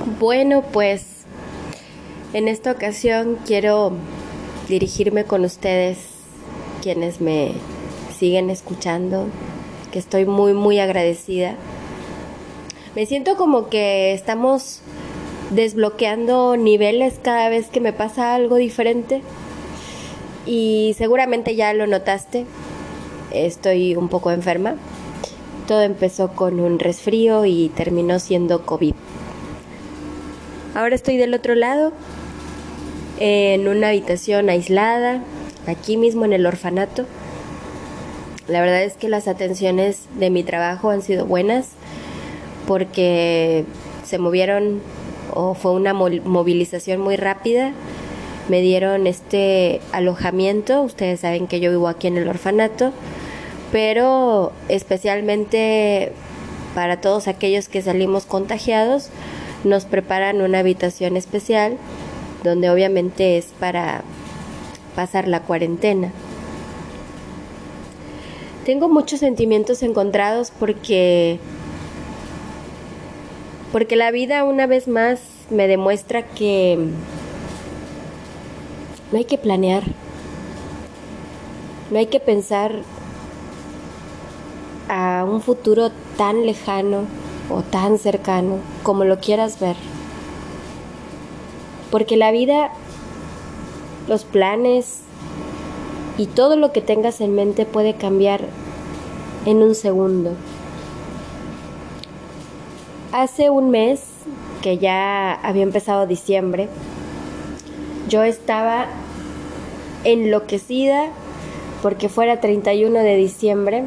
Bueno, pues en esta ocasión quiero dirigirme con ustedes, quienes me siguen escuchando, que estoy muy agradecida. Me siento como que estamos desbloqueando niveles cada vez que me pasa algo diferente y seguramente ya lo notaste, estoy un poco enferma. Todo empezó con un resfrío y terminó siendo COVID. Ahora estoy del otro lado, en una habitación aislada, aquí mismo en el orfanato. La verdad es que las atenciones de mi trabajo han sido buenas porque se movieron o fue una movilización muy rápida. Me dieron este alojamiento, ustedes saben que yo vivo aquí en el orfanato, pero especialmente para todos aquellos que salimos contagiados, nos preparan una habitación especial donde obviamente es para pasar la cuarentena. Tengo muchos sentimientos encontrados porque la vida una vez más me demuestra que no hay que planear, no hay que pensar a un futuro tan lejano o tan cercano como lo quieras ver, porque la vida, los planes y todo lo que tengas en mente puede cambiar en un segundo. Hace un mes que ya había empezado diciembre, yo estaba enloquecida porque fuera 31 de diciembre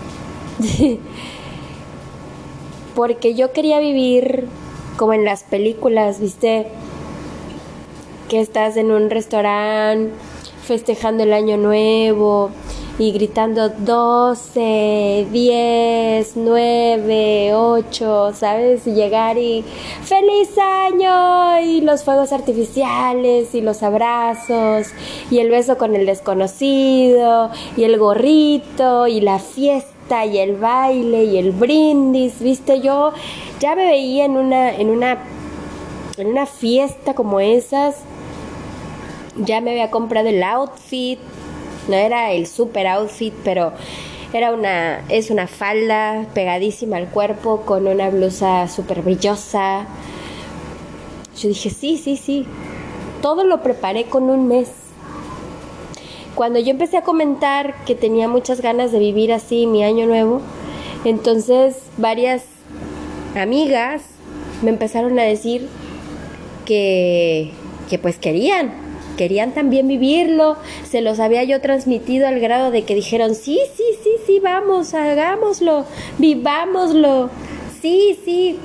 porque yo quería vivir como en las películas, ¿viste? Que estás en un restaurante festejando el año nuevo y gritando 12, 10, 9, 8, ¿sabes? Y llegar y ¡feliz año! Y los fuegos artificiales y los abrazos y el beso con el desconocido y el gorrito y la fiesta y el baile y el brindis, ¿viste? Yo ya me veía en una fiesta como esas. Ya me había comprado el outfit, no era el super outfit, pero es una falda pegadísima al cuerpo con una blusa súper brillosa. Yo dije, sí, todo lo preparé con un mes. Cuando yo empecé a comentar que tenía muchas ganas de vivir así mi año nuevo, entonces varias amigas me empezaron a decir que pues querían también vivirlo. Se los había yo transmitido al grado de que dijeron, sí, vamos, hagámoslo, vivámoslo, sí.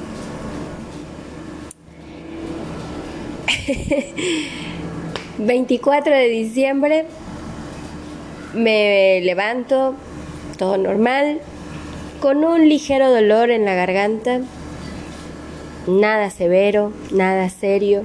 24 de diciembre, me levanto, todo normal, con un ligero dolor en la garganta, nada severo, nada serio.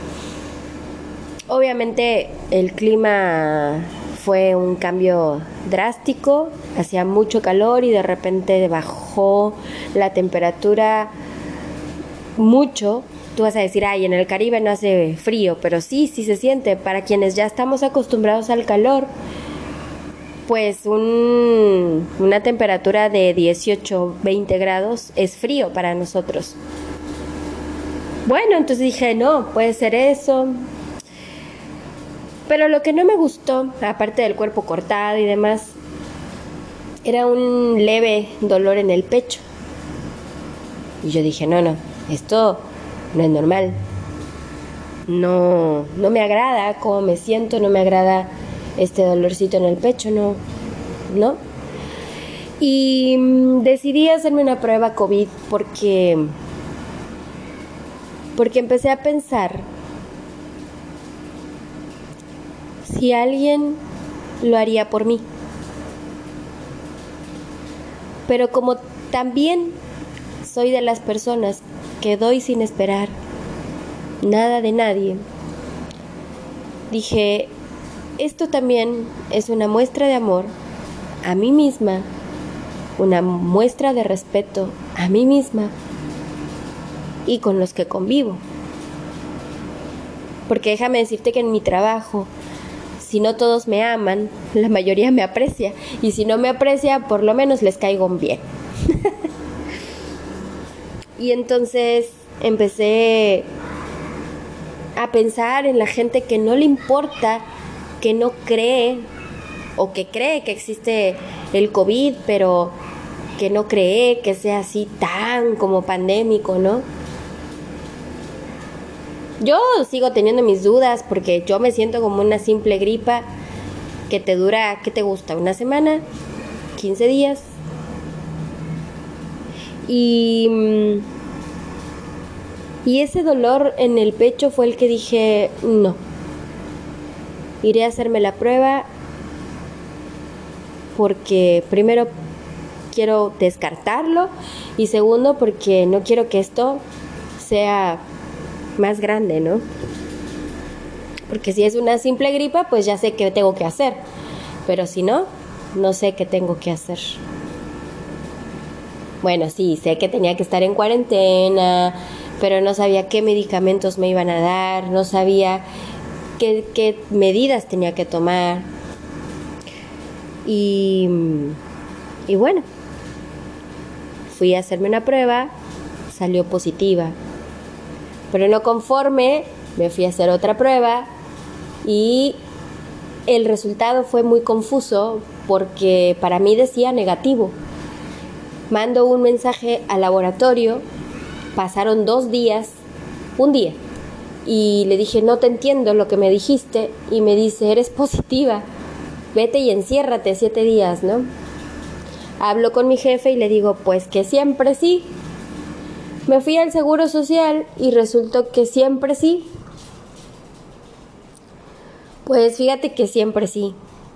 Obviamente el clima fue un cambio drástico, hacía mucho calor y de repente bajó la temperatura mucho. Tú vas a decir, ay, en el Caribe no hace frío, pero sí se siente. Para quienes ya estamos acostumbrados al calor, pues una temperatura de 18, 20 grados es frío para nosotros. Bueno, entonces dije, no, puede ser eso. Pero lo que no me gustó, aparte del cuerpo cortado y demás, era un leve dolor en el pecho. Y yo dije, no, esto no es normal. No me agrada cómo me siento, no me agrada este dolorcito en el pecho, no. Y decidí hacerme una prueba COVID porque empecé a pensar si alguien lo haría por mí. Pero como también soy de las personas que doy sin esperar nada de nadie, dije, esto también es una muestra de amor a mí misma, una muestra de respeto a mí misma y con los que convivo. Porque déjame decirte que en mi trabajo, si no todos me aman, la mayoría me aprecia. Y si no me aprecia, por lo menos les caigo bien. Y entonces empecé a pensar en la gente que no le importa, que no cree o que cree que existe el COVID, pero que no cree que sea así tan como pandémico, ¿no? Yo sigo teniendo mis dudas porque yo me siento como una simple gripa que te dura, ¿qué te gusta? ¿Una semana? ¿15 días? Y ese dolor en el pecho fue el que dije, no, iré a hacerme la prueba porque primero quiero descartarlo y segundo porque no quiero que esto sea más grande, ¿no? Porque si es una simple gripa, pues ya sé qué tengo que hacer, pero si no, no sé qué tengo que hacer. Bueno, sí, sé que tenía que estar en cuarentena, pero no sabía qué medicamentos me iban a dar, no sabía qué medidas tenía que tomar. Y bueno, fui a hacerme una prueba, salió positiva. Pero no conforme, me fui a hacer otra prueba y el resultado fue muy confuso porque para mí decía negativo. Mando un mensaje al laboratorio, pasaron 2 días, un día, y le dije, no te entiendo lo que me dijiste, y me dice, eres positiva, vete y enciérrate 7 días, ¿no? Hablo con mi jefe y le digo, pues que siempre sí. Me fui al Seguro Social y resultó que siempre sí. Pues fíjate que siempre sí.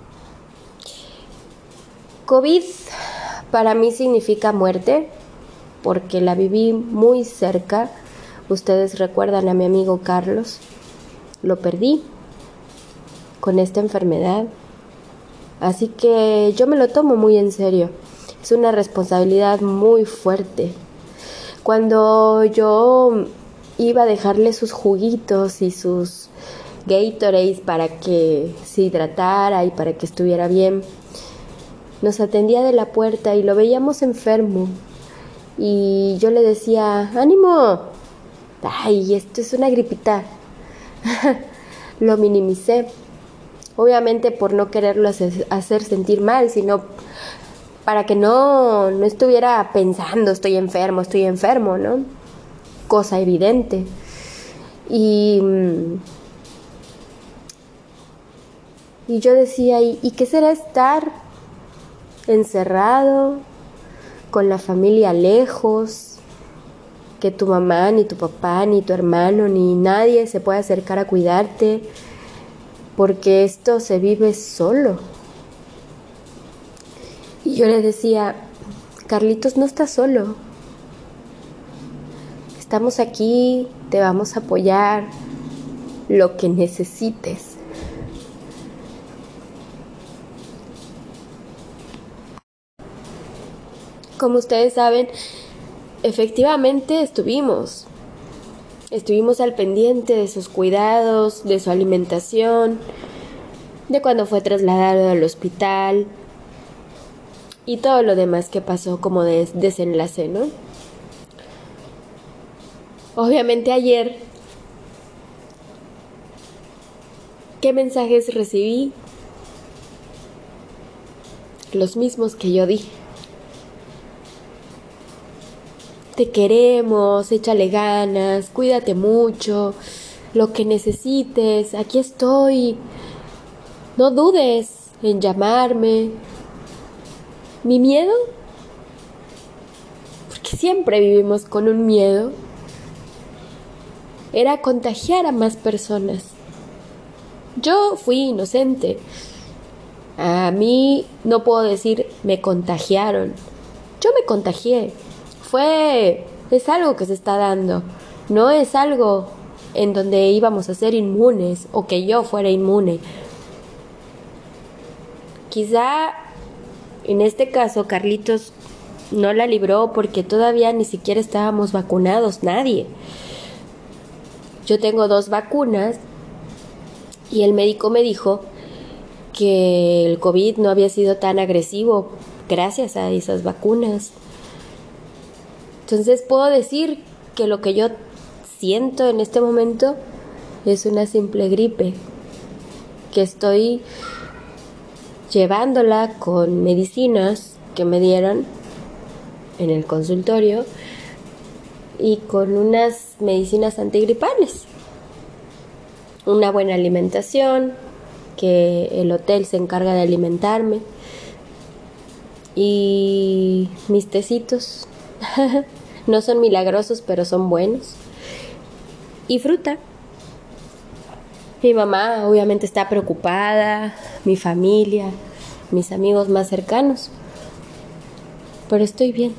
COVID para mí significa muerte, porque la viví muy cerca. Ustedes recuerdan a mi amigo Carlos, lo perdí con esta enfermedad. Así que yo me lo tomo muy en serio. Es una responsabilidad muy fuerte. Cuando yo iba a dejarle sus juguitos y sus Gatorades para que se hidratara y para que estuviera bien, nos atendía de la puerta y lo veíamos enfermo. Y yo le decía, ánimo, ay, esto es una gripita. Lo minimicé, obviamente por no quererlo hacer sentir mal, sino para que no estuviera pensando, estoy enfermo, ¿no? Cosa evidente. Y yo decía, ¿y qué será estar encerrado, con la familia lejos, que tu mamá, ni tu papá, ni tu hermano, ni nadie se puede acercar a cuidarte, porque esto se vive solo? Y yo le decía, Carlitos, no estás solo. Estamos aquí, te vamos a apoyar, lo que necesites. Como ustedes saben, efectivamente estuvimos al pendiente de sus cuidados, de su alimentación, de cuando fue trasladado al hospital y todo lo demás que pasó como desenlace, ¿no? Obviamente ayer, ¿qué mensajes recibí? Los mismos que yo di. Te queremos, échale ganas, cuídate mucho, lo que necesites, aquí estoy. No dudes en llamarme. ¿Mi miedo? Porque siempre vivimos con un miedo. Era contagiar a más personas. Yo fui inocente. A mí no puedo decir me contagiaron. Yo me contagié. Es algo que se está dando. No es algo en donde íbamos a ser inmunes o que yo fuera inmune. Quizá en este caso Carlitos no la libró porque todavía ni siquiera estábamos vacunados, nadie. Yo tengo 2 vacunas Y el médico me dijo que el COVID no había sido tan agresivo gracias a esas vacunas. Entonces puedo decir que lo que yo siento en este momento es una simple gripe, que estoy llevándola con medicinas que me dieron en el consultorio y con unas medicinas antigripales, una buena alimentación, que el hotel se encarga de alimentarme, y mis tecitos no son milagrosos, pero son buenos, y fruta. Mi mamá obviamente está preocupada, mi familia, mis amigos más cercanos, pero estoy bien.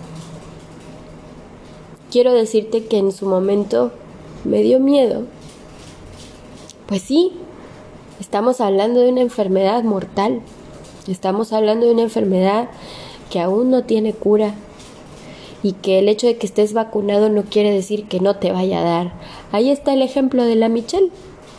Quiero decirte que en su momento me dio miedo. Pues sí, estamos hablando de una enfermedad mortal. Estamos hablando de una enfermedad que aún no tiene cura, y que el hecho de que estés vacunado no quiere decir que no te vaya a dar. Ahí está el ejemplo de la Michelle.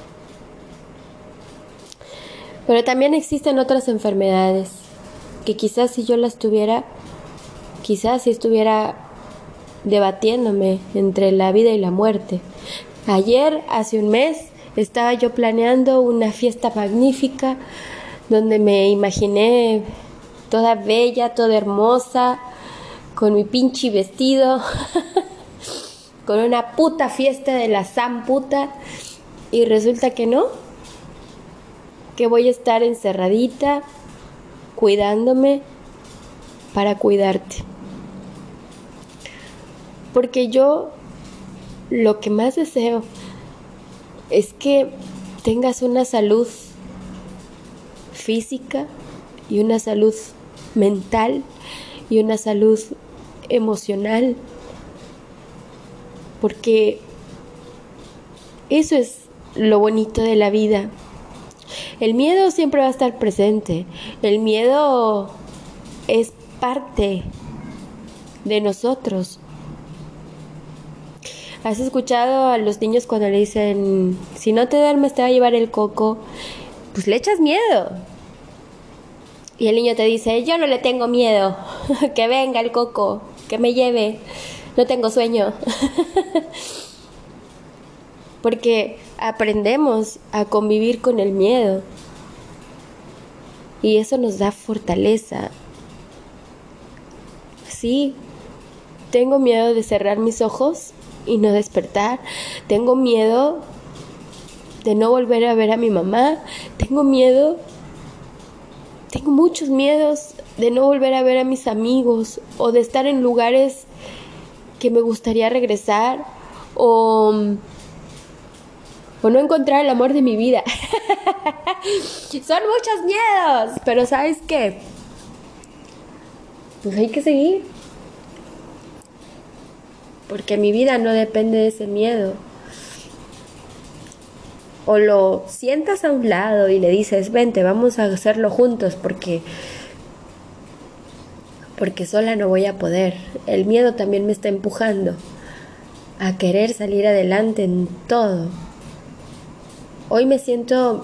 Pero también existen otras enfermedades que quizás si yo las tuviera, quizás si estuviera debatiéndome entre la vida y la muerte. Ayer, hace un mes, estaba yo planeando una fiesta magnífica donde me imaginé toda bella, toda hermosa, con mi pinche vestido, con una puta fiesta de la san puta, y resulta que no, que voy a estar encerradita, cuidándome para cuidarte. Porque yo lo que más deseo es que tengas una salud física y una salud mental y una salud emocional, porque eso es lo bonito de la vida. El miedo siempre va a estar presente. El miedo es parte de nosotros. ¿Has escuchado a los niños cuando le dicen, si no te duermes te va a llevar el coco? Pues le echas miedo. Y el niño te dice, yo no le tengo miedo, que venga el coco, que me lleve, no tengo sueño. Porque aprendemos a convivir con el miedo, y eso nos da fortaleza. Sí, tengo miedo de cerrar mis ojos y no despertar. Tengo miedo de no volver a ver a mi mamá. Tengo muchos miedos de no volver a ver a mis amigos, o de estar en lugares que me gustaría regresar, o no encontrar el amor de mi vida. Son muchos miedos, pero ¿sabes qué? Pues hay que seguir, porque mi vida no depende de ese miedo. O lo sientas a un lado y le dices, vente, vamos a hacerlo juntos, porque sola no voy a poder. El miedo también me está empujando a querer salir adelante en todo. Hoy me siento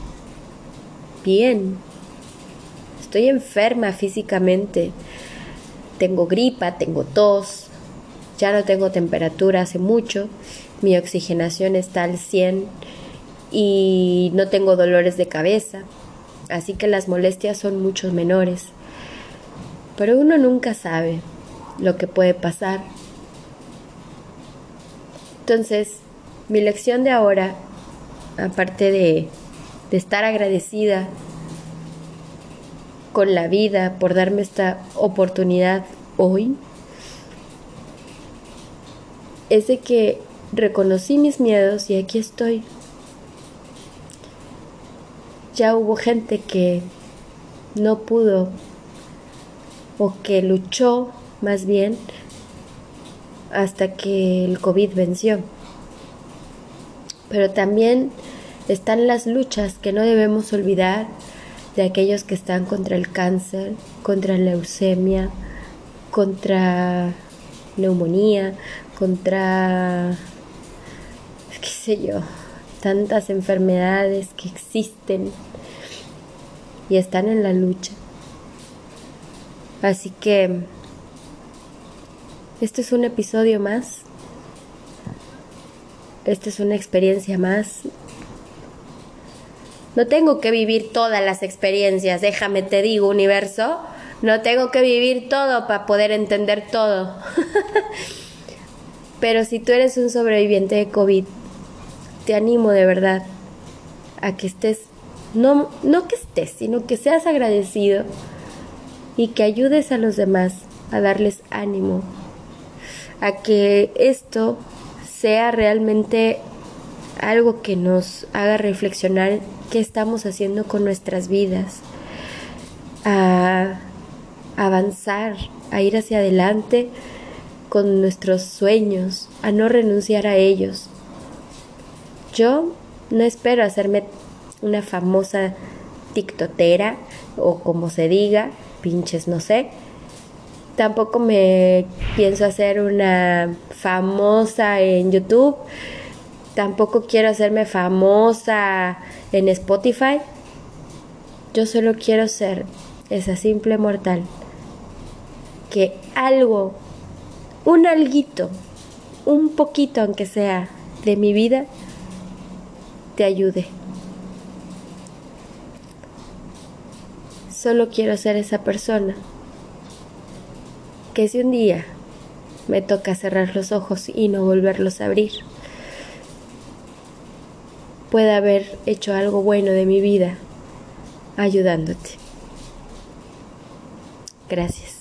bien. Estoy enferma físicamente. Tengo gripa, tengo tos. Ya no tengo temperatura hace mucho. Mi oxigenación está al 100 y no tengo dolores de cabeza. Así que las molestias son mucho menores. Pero uno nunca sabe lo que puede pasar. Entonces, mi lección de ahora, aparte de estar agradecida con la vida por darme esta oportunidad hoy, es de que reconocí mis miedos y aquí estoy. Ya hubo gente que no pudo, o que luchó más bien, hasta que el COVID venció. Pero también están las luchas que no debemos olvidar de aquellos que están contra el cáncer, contra la leucemia, contra neumonía, contra, qué sé yo, tantas enfermedades que existen y están en la lucha. Así que este es un episodio más, esta es una experiencia más. No tengo que vivir todas las experiencias, déjame te digo, universo, no tengo que vivir todo para poder entender todo. Pero si tú eres un sobreviviente de COVID, te animo de verdad a que estés, no que estés, sino que seas agradecido y que ayudes a los demás a darles ánimo, a que esto sea realmente algo que nos haga reflexionar qué estamos haciendo con nuestras vidas, a avanzar, a ir hacia adelante con nuestros sueños, a no renunciar a ellos. Yo no espero hacerme una famosa tiktokera o como se diga, pinches no sé. Tampoco me pienso hacer una famosa en YouTube. Tampoco quiero hacerme famosa en Spotify. Yo solo quiero ser esa simple mortal que algo, un alguito, un poquito aunque sea de mi vida, te ayude. Solo quiero ser esa persona que si un día me toca cerrar los ojos y no volverlos a abrir, pueda haber hecho algo bueno de mi vida ayudándote. Gracias.